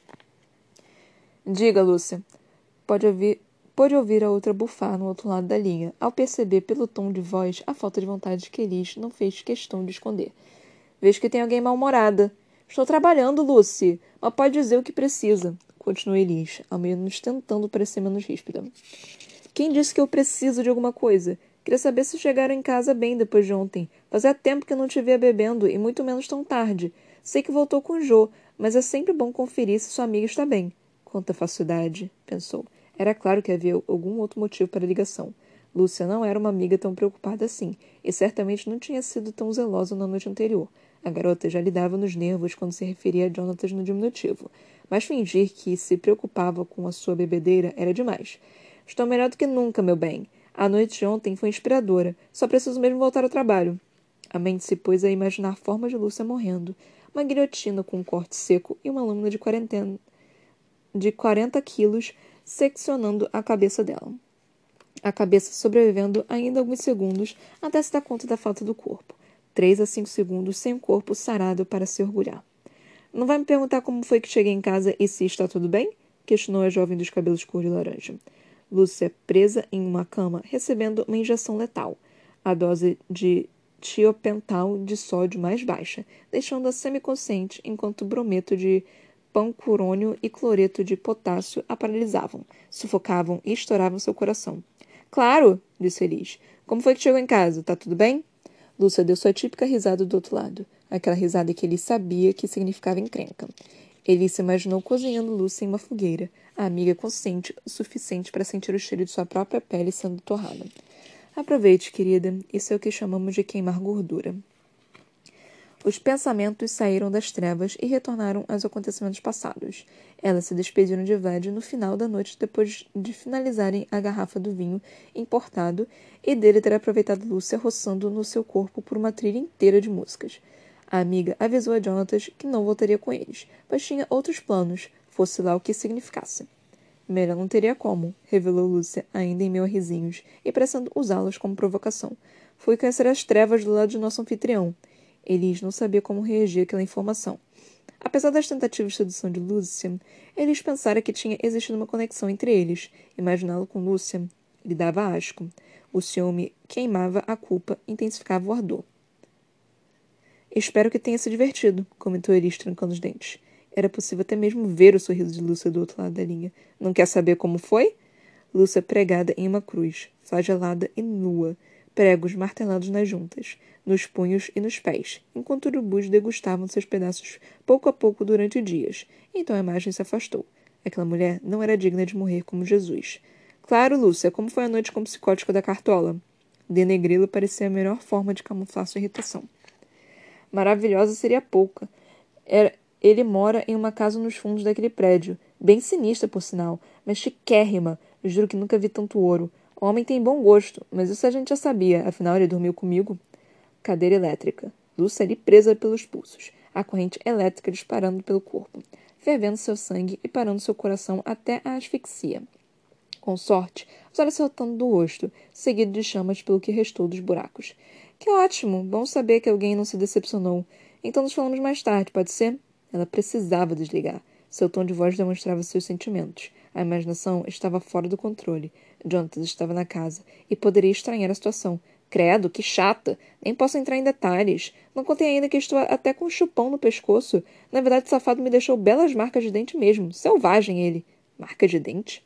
Diga, Lúcia. Pôde ouvir a outra bufar no outro lado da linha, ao perceber pelo tom de voz a falta de vontade que Elis não fez questão de esconder. Vejo que tem alguém mal-humorada. Estou trabalhando, Lucy, mas pode dizer o que precisa, continuou Elis, ao menos tentando parecer menos ríspida. Quem disse que eu preciso de alguma coisa? Queria saber se chegaram em casa bem depois de ontem. Fazia tempo que eu não te via bebendo, e muito menos tão tarde. Sei que voltou com Jo, mas é sempre bom conferir se sua amiga está bem. Quanta falsidade, pensou. Era claro que havia algum outro motivo para a ligação. Lúcia não era uma amiga tão preocupada assim, e certamente não tinha sido tão zelosa na noite anterior. A garota já lhe dava nos nervos quando se referia a Jonatas no diminutivo, mas fingir que se preocupava com a sua bebedeira era demais. Estou melhor do que nunca, meu bem. A noite de ontem foi inspiradora. Só preciso mesmo voltar ao trabalho. A mente se pôs a imaginar a forma de Lúcia morrendo. Uma guilhotina com um corte seco e uma lâmina de 40 quilos seccionando a cabeça dela. A cabeça sobrevivendo ainda alguns segundos até se dar conta da falta do corpo. 3 a 5 segundos sem o corpo sarado para se orgulhar. Não vai me perguntar como foi que cheguei em casa e se está tudo bem? Questionou a jovem dos cabelos cor de laranja. Lúcia, presa em uma cama, recebendo uma injeção letal. A dose de tiopental de sódio mais baixa, deixando-a semiconsciente enquanto brometo de pancurônio e cloreto de potássio a paralisavam, sufocavam e estouravam seu coração. Claro, disse Elis. Como foi que chegou em casa? Tá tudo bem? Lúcia deu sua típica risada do outro lado. Aquela risada que ele sabia que significava encrenca. Ele se imaginou cozinhando Lúcia em uma fogueira, a amiga consciente o suficiente para sentir o cheiro de sua própria pele sendo torrada. Aproveite, querida. Isso é o que chamamos de queimar gordura. Os pensamentos saíram das trevas e retornaram aos acontecimentos passados. Elas se despediram de Vlad no final da noite depois de finalizarem a garrafa do vinho importado e dele ter aproveitado Lúcia roçando no seu corpo por uma trilha inteira de músicas. A amiga avisou a Jonatas que não voltaria com eles, mas tinha outros planos, fosse lá o que significasse. Melhor não teria como, revelou Lúcia, ainda em meio a risinhos, e parecendo usá-los como provocação. Fui conhecer as trevas do lado de nosso anfitrião. Elis não sabia como reagir àquela informação. Apesar das tentativas de sedução de Lúcia, Elis pensara que tinha existido uma conexão entre eles. Imaginá-lo com Lúcia lhe dava asco. O ciúme queimava a culpa, intensificava o ardor. Espero que tenha se divertido, comentou Elis, trancando os dentes. Era possível até mesmo ver o sorriso de Lúcia do outro lado da linha. Não quer saber como foi? Lúcia pregada em uma cruz, flagelada e nua, pregos martelados nas juntas, nos punhos e nos pés, enquanto urubus degustavam seus pedaços pouco a pouco durante dias. Então a imagem se afastou. Aquela mulher não era digna de morrer como Jesus. Claro, Lúcia, como foi a noite com o psicótico da Cartola? Denegri-lo parecia a melhor forma de camuflar sua irritação. Maravilhosa seria pouca. Ele mora em uma casa nos fundos daquele prédio. Bem sinistra, por sinal, mas chiquérrima. Juro que nunca vi tanto ouro. O homem tem bom gosto, mas isso a gente já sabia. Afinal, ele dormiu comigo. Cadeira elétrica. Lúcia ali presa pelos pulsos. A corrente elétrica disparando pelo corpo, fervendo seu sangue e parando seu coração até a asfixia. Com sorte, os olhos saltando do rosto, seguido de chamas pelo que restou dos buracos. Que ótimo! Bom saber que alguém não se decepcionou. Então nos falamos mais tarde, pode ser? Ela precisava desligar. Seu tom de voz demonstrava seus sentimentos. A imaginação estava fora do controle. Jonathan estava na casa e poderia estranhar a situação. Credo, que chata! Nem posso entrar em detalhes. Não contei ainda que estou até com um chupão no pescoço. Na verdade, o safado me deixou belas marcas de dente mesmo. Selvagem ele. Marca de dente?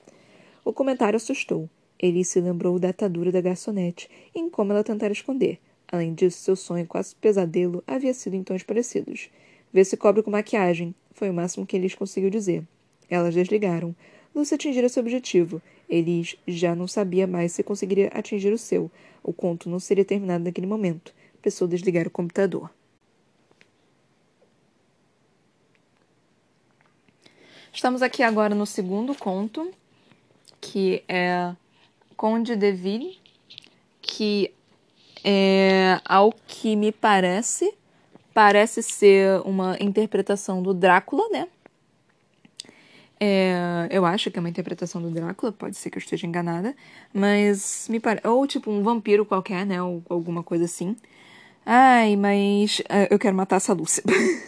O comentário assustou. Ele se lembrou da atadura da garçonete e em como ela tentara esconder. Além disso, seu sonho, quase pesadelo, havia sido em tons parecidos. Vê se cobre com maquiagem. Foi o máximo que Elis conseguiu dizer. Elas desligaram. Lúcia atingira seu objetivo. Elis já não sabia mais se conseguiria atingir o seu. O conto não seria terminado naquele momento. Precisou desligar o computador. Estamos aqui agora no segundo conto, que é Conde de Ville, que ao que me parece ser uma interpretação do Drácula, né? Eu acho que é uma interpretação do Drácula, pode ser que eu esteja enganada, mas me parece... Ou tipo um vampiro qualquer, né? Ou alguma coisa assim. Ai, mas eu quero matar essa Lúcia.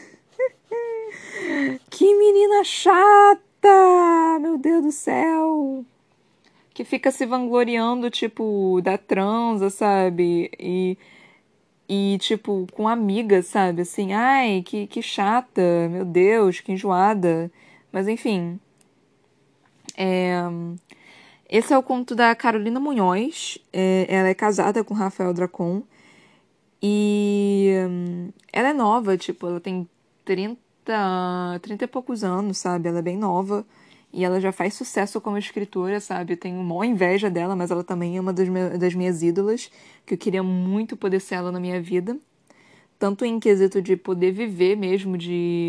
Que menina chata! Meu Deus do céu! Que fica se vangloriando, tipo, da transa, sabe? E tipo, com amigas, sabe? Assim, ai, que chata, meu Deus, que enjoada. Mas enfim. Esse é o conto da Carolina Munhoz. Ela é casada com Rafael Dracon. E ela é nova, tipo, ela tem 30 e poucos anos, sabe? Ela é bem nova. E ela já faz sucesso como escritora, sabe? Eu tenho maior inveja dela, mas ela também é uma das minhas ídolas, que eu queria muito poder ser ela na minha vida. Tanto em quesito de poder viver mesmo,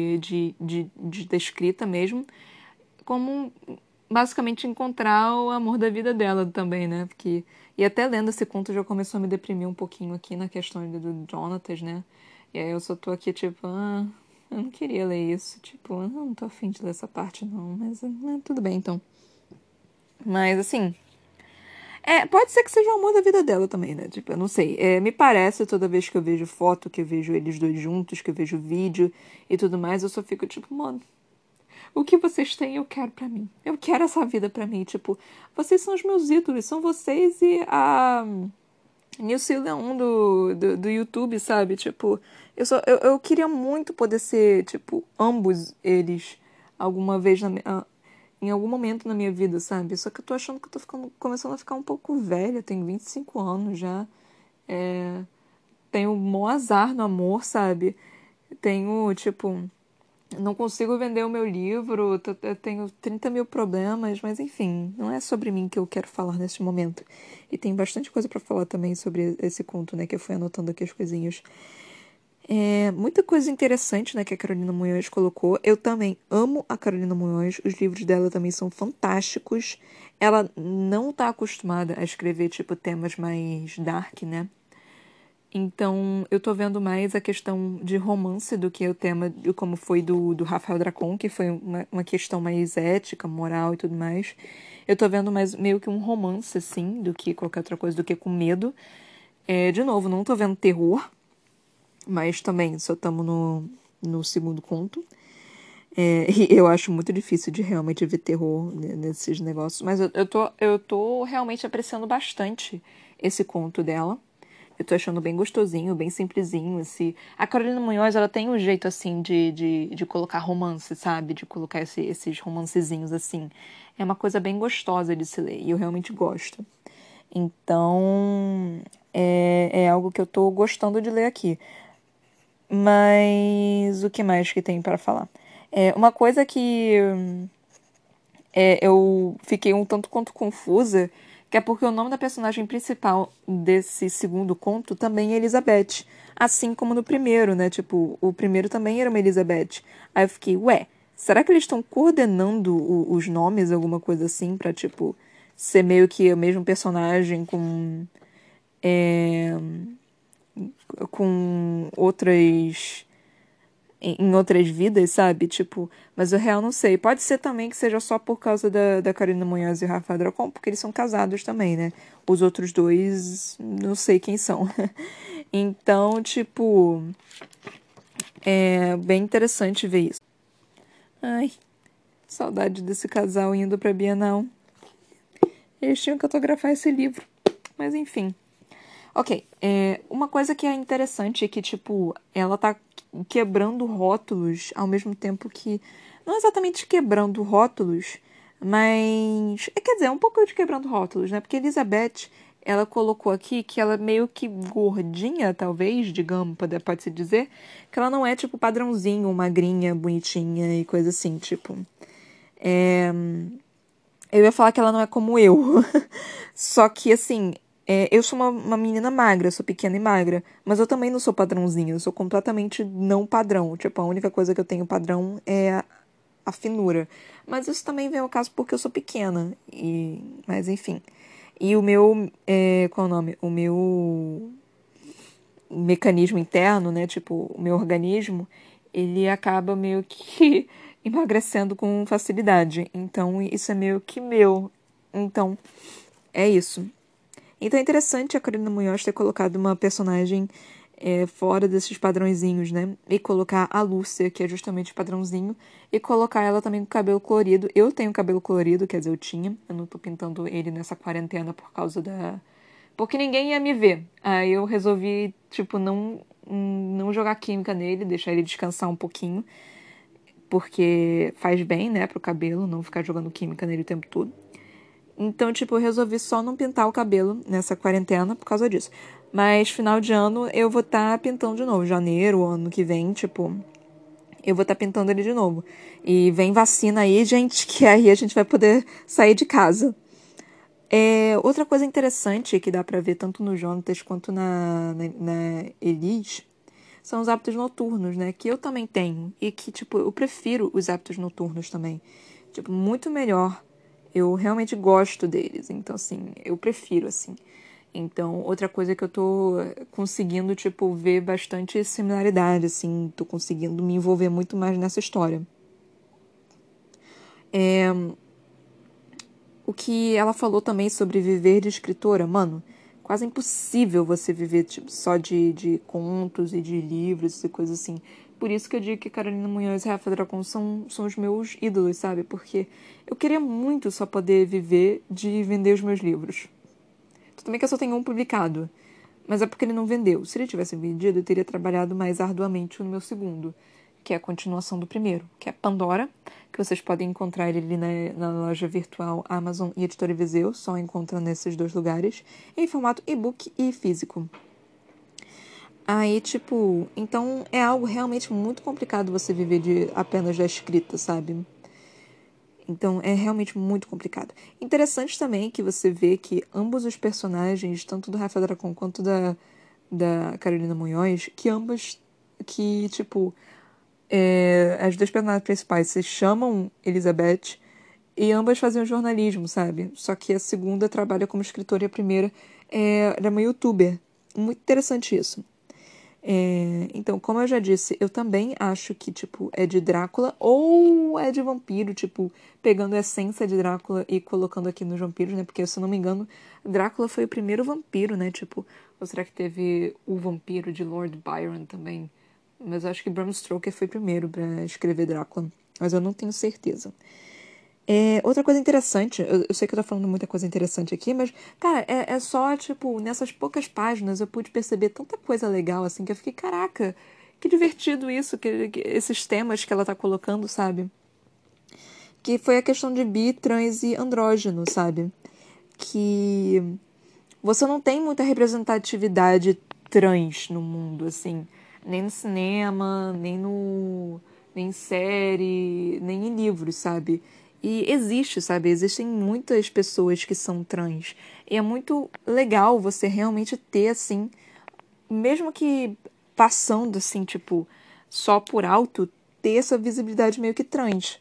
da escrita mesmo, como basicamente encontrar o amor da vida dela também, né? Porque, e até lendo esse conto já começou a me deprimir um pouquinho aqui na questão do Jonatas, né? E aí eu só tô aqui tipo, eu não queria ler isso, tipo, eu não tô afim de ler essa parte não, mas tudo bem então. Mas assim, pode ser que seja o amor da vida dela também, né? Tipo, eu não sei. Me parece toda vez que eu vejo foto, que eu vejo eles dois juntos, que eu vejo vídeo e tudo mais, eu só fico tipo, mano, o que vocês têm eu quero pra mim. Eu quero essa vida pra mim. Tipo, vocês são os meus ídolos. São vocês e a Nilce Leon do YouTube, sabe? Tipo, eu queria muito poder ser, tipo, ambos eles alguma vez em algum momento na minha vida, sabe? Só que eu tô achando que eu tô começando a ficar um pouco velha. Eu tenho 25 anos já. É, tenho um maior azar no amor, sabe? Tenho, tipo, não consigo vender o meu livro, eu tenho 30 mil problemas, mas enfim, não é sobre mim que eu quero falar neste momento. E tem bastante coisa pra falar também sobre esse conto, né, que eu fui anotando aqui as coisinhas. Muita coisa interessante, né, que a Carolina Munhoz colocou. Eu também amo a Carolina Munhoz, os livros dela também são fantásticos. Ela não tá acostumada a escrever, tipo, temas mais dark, né? Então, eu tô vendo mais a questão de romance do que o tema, como foi do Rafael Dracon, que foi uma questão mais ética, moral e tudo mais. Eu tô vendo mais meio que um romance, assim, do que qualquer outra coisa, do que com medo. De novo, não tô vendo terror, mas também só estamos no segundo conto. E eu acho muito difícil de realmente ver terror nesses negócios, mas eu tô realmente apreciando bastante esse conto dela. Eu tô achando bem gostosinho, bem simplesinho, assim. A Carolina Munhoz, ela tem um jeito, assim, de colocar romance, sabe? De colocar esses romancezinhos, assim. É uma coisa bem gostosa de se ler, e eu realmente gosto. Então, é algo que eu tô gostando de ler aqui. Mas o que mais que tem para falar? Uma coisa que eu fiquei um tanto quanto confusa, que é porque o nome da personagem principal desse segundo conto também é Elizabeth. Assim como no primeiro, né? Tipo, o primeiro também era uma Elizabeth. Aí eu fiquei, ué, será que eles estão coordenando os nomes, alguma coisa assim, pra, tipo, ser meio que o mesmo personagem é, com outras em outras vidas, sabe? Tipo, mas eu real não sei. Pode ser também que seja só por causa da Carolina Munhoz e o Rafa Dracon, porque eles são casados também, né? Os outros dois, não sei quem são. Então, tipo, é bem interessante ver isso. Ai, saudade desse casal indo pra Bienal. Eles tinham que autografar esse livro. Mas enfim. Ok, uma coisa que é interessante é que, tipo, ela tá quebrando rótulos ao mesmo tempo que. Não exatamente quebrando rótulos, mas. Quer dizer, um pouco de quebrando rótulos, né? Porque Elizabeth, ela colocou aqui que ela é meio que gordinha, talvez, digamos, pode-se dizer, que ela não é, tipo, padrãozinho, magrinha, bonitinha e coisa assim, tipo. É, eu ia falar que ela não é como eu. Só que, assim, eu sou uma menina magra, sou pequena e magra. Mas eu também não sou padrãozinha, eu sou completamente não padrão. Tipo, a única coisa que eu tenho padrão é a finura. Mas isso também vem ao caso porque eu sou pequena. Mas, enfim. E o meu. Qual é o nome? O meu mecanismo interno, né? Tipo, o meu organismo, ele acaba meio que emagrecendo com facilidade. Então, isso é meio que meu. Então, é isso. Então é interessante a Carolina Munhoz ter colocado uma personagem fora desses padrõezinhos, né? E colocar a Lúcia, que é justamente o padrãozinho, e colocar ela também com cabelo colorido. Eu tenho cabelo colorido, quer dizer, eu tinha. Eu não tô pintando ele nessa quarentena por causa da porque ninguém ia me ver. Aí eu resolvi, tipo, não jogar química nele, deixar ele descansar um pouquinho. Porque faz bem, né, pro cabelo, não ficar jogando química nele o tempo todo. Então, tipo, eu resolvi só não pintar o cabelo nessa quarentena por causa disso. Mas final de ano eu vou estar pintando de novo. Janeiro, ano que vem, tipo, eu vou estar pintando ele de novo. E vem vacina aí, gente, que aí a gente vai poder sair de casa. Outra coisa interessante que dá pra ver tanto no Jonatas quanto na Elis são os hábitos noturnos, né? Que eu também tenho. E que, tipo, eu prefiro os hábitos noturnos também. Tipo, muito melhor. Eu realmente gosto deles. Então, assim, eu prefiro, assim. Então, outra coisa que eu tô conseguindo, tipo, ver bastante similaridade, assim. Tô conseguindo me envolver muito mais nessa história. O que ela falou também sobre viver de escritora, mano, quase impossível você viver tipo, só de contos e de livros e coisas assim. Por isso que eu digo que Carolina Munhoz e Rafa Dracon são os meus ídolos, sabe? Porque eu queria muito só poder viver de vender os meus livros. Tudo bem que eu só tenho um publicado, mas é porque ele não vendeu. Se ele tivesse vendido, eu teria trabalhado mais arduamente no meu segundo, que é a continuação do primeiro, que é Pandora, que vocês podem encontrar ele ali na loja virtual Amazon e Editora Viseu, só encontra nesses dois lugares, em formato e-book e físico. Aí, tipo, então é algo realmente muito complicado você viver de apenas da escrita, sabe? Então é realmente muito complicado. Interessante também que você vê que ambos os personagens, tanto do Rafa Dracon quanto da Carolina Munhoz, que ambas, que, tipo, as duas personagens principais se chamam Elizabeth e ambas faziam jornalismo, sabe? Só que a segunda trabalha como escritora e a primeira era uma youtuber. Muito interessante isso. Então, como eu já disse, eu também acho que, tipo, é de Drácula ou é de vampiro, tipo, pegando a essência de Drácula e colocando aqui nos vampiros, né? Porque, se eu não me engano, Drácula foi o primeiro vampiro, né? Tipo, ou será que teve o vampiro de Lord Byron também? Mas eu acho que Bram Stoker foi primeiro pra escrever Drácula. Mas eu não tenho certeza. Outra coisa interessante, eu sei que eu tô falando muita coisa interessante aqui, mas, cara, é só, tipo, nessas poucas páginas eu pude perceber tanta coisa legal, assim, que eu fiquei, caraca, que divertido isso, que esses temas que ela tá colocando, sabe? Que foi a questão de bi, trans e andrógeno, sabe? Que você não tem muita representatividade trans no mundo, assim, nem no cinema, nem em série, nem em livros, sabe? E existe, sabe? Existem muitas pessoas que são trans. E é muito legal você realmente ter, assim, mesmo que passando, assim, tipo, só por alto, ter essa visibilidade meio que trans.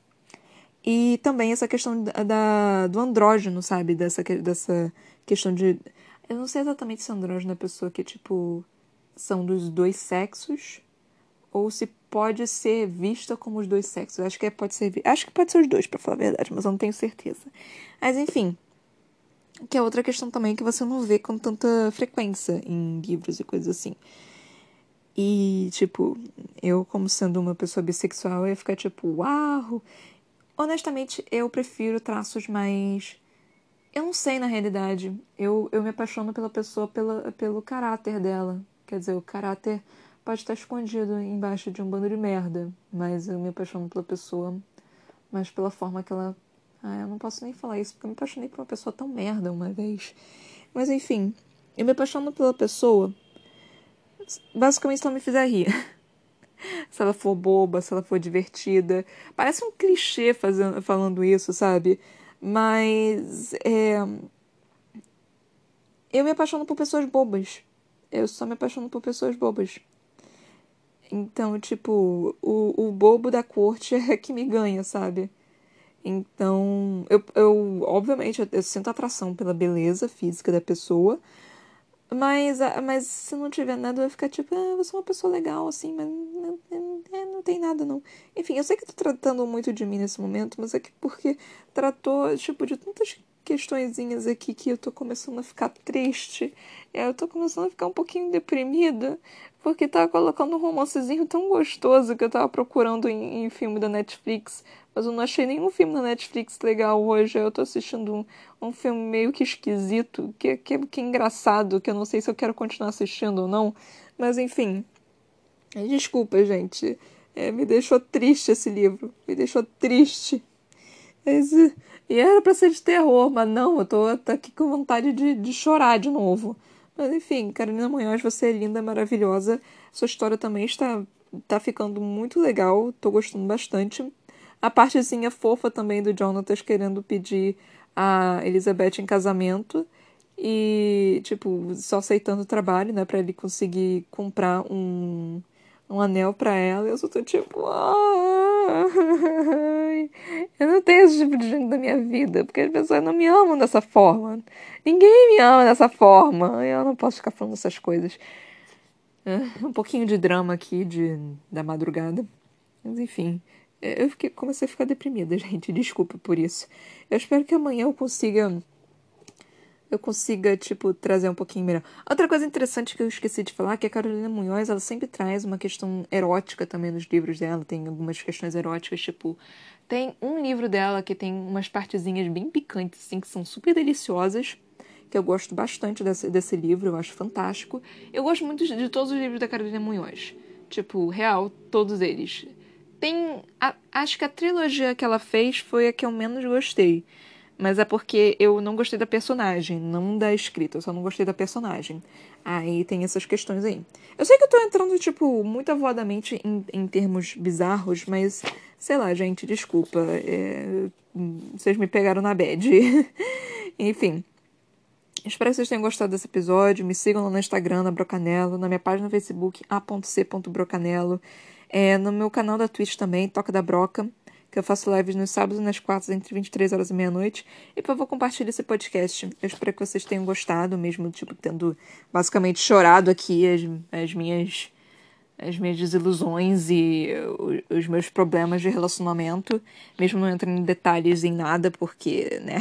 E também essa questão do andrógeno, sabe? Dessa questão de. Eu não sei exatamente se andrógeno é a pessoa que, tipo, são dos dois sexos, ou se pode ser vista como os dois sexos. Acho que pode ser os dois, pra falar a verdade, mas eu não tenho certeza. Mas enfim, que é outra questão também que você não vê com tanta frequência em livros e coisas assim. E, tipo, eu, como sendo uma pessoa bissexual, eu ia ficar tipo, uau! Honestamente, eu prefiro traços mais. Eu não sei, na realidade. Eu me apaixono pela pessoa pelo caráter dela. Quer dizer, o caráter pode estar escondido embaixo de um bando de merda. Mas eu me apaixono pela pessoa, mas pela forma que ela. Ah, eu não posso nem falar isso, porque eu me apaixonei por uma pessoa tão merda uma vez. Mas enfim, eu me apaixono pela pessoa, basicamente se ela me fizer rir. Se ela for boba, se ela for divertida. Parece um clichê falando isso, sabe? Mas eu me apaixono por pessoas bobas. Eu só me apaixono por pessoas bobas. Então, tipo, o bobo da corte é que me ganha, sabe? Então, obviamente, eu sinto atração pela beleza física da pessoa, mas se não tiver nada, eu vou ficar tipo, você é uma pessoa legal, assim, mas não tem nada, não. Enfim, eu sei que eu tô tratando muito de mim nesse momento, mas é que porque tratou, tipo, de tantas questõezinhas aqui que eu tô começando a ficar triste. Eu tô começando a ficar um pouquinho deprimida, porque tava colocando um romancezinho tão gostoso que eu tava procurando em filme da Netflix, mas eu não achei nenhum filme da Netflix legal hoje. Eu tô assistindo um filme meio que esquisito, que é engraçado, que eu não sei se eu quero continuar assistindo ou não. Mas enfim, desculpa, gente. Me deixou triste esse livro. Me deixou triste. Esse... E era pra ser de terror, mas não, eu tô aqui com vontade de chorar de novo. Mas enfim, Carolina Munhoz, você é linda, maravilhosa. Sua história também tá ficando muito legal, tô gostando bastante. A partezinha fofa também do Jonatas querendo pedir a Elizabeth em casamento e, tipo, só aceitando o trabalho, né, pra ele conseguir comprar um anel pra ela. Eu só tô tipo, ai, eu não tenho esse tipo de gente na minha vida, porque as pessoas não me amam dessa forma. Ninguém me ama dessa forma. Eu não posso ficar falando essas coisas. Um pouquinho de drama aqui da madrugada. Mas enfim, comecei a ficar deprimida, gente. Desculpa por isso. Eu espero que amanhã eu consiga, tipo, trazer um pouquinho melhor. Outra coisa interessante que eu esqueci de falar é que a Carolina Munhoz, ela sempre traz uma questão erótica também nos livros dela. Tem algumas questões eróticas, tipo... Tem um livro dela que tem umas partezinhas bem picantes, assim, que são super deliciosas, que eu gosto bastante desse livro, eu acho fantástico. Eu gosto muito de todos os livros da Carolina Munhoz. Tipo, real, todos eles. Acho que a trilogia que ela fez foi a que eu menos gostei. Mas é porque eu não gostei da personagem, não da escrita, eu só não gostei da personagem. Aí tem essas questões aí. Eu sei que eu tô entrando, tipo, muito avoadamente em termos bizarros, mas, sei lá, gente, desculpa. Vocês me pegaram na bad. Enfim. Espero que vocês tenham gostado desse episódio. Me sigam lá no Instagram, na Brocanelo, na minha página no Facebook, a.c.brocanelo. No meu canal da Twitch também, Toca da Broca, que eu faço lives nos sábados e nas quartas, entre 23 horas e meia-noite. E, por favor, compartilhe esse podcast. Eu espero que vocês tenham gostado, mesmo, tipo, tendo basicamente chorado aqui as minhas desilusões e os meus problemas de relacionamento, mesmo não entrando em detalhes em nada, porque, né?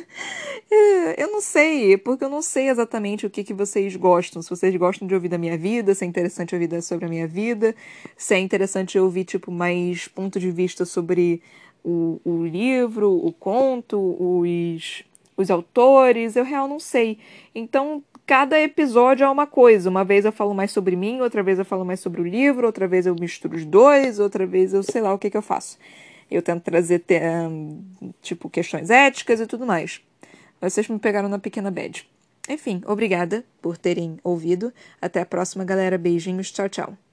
Eu não sei, porque eu não sei exatamente o que vocês gostam. Se vocês gostam de ouvir da minha vida, se é interessante ouvir sobre a minha vida, se é interessante ouvir, tipo, mais ponto de vista sobre o livro, o conto, os autores, eu real não sei. Então, cada episódio é uma coisa. Uma vez eu falo mais sobre mim, outra vez eu falo mais sobre o livro, outra vez eu misturo os dois, outra vez eu sei lá o que eu faço. Eu tento trazer, tipo, questões éticas e tudo mais. Vocês me pegaram na pequena bad. Enfim, obrigada por terem ouvido. Até a próxima, galera. Beijinhos. Tchau, tchau.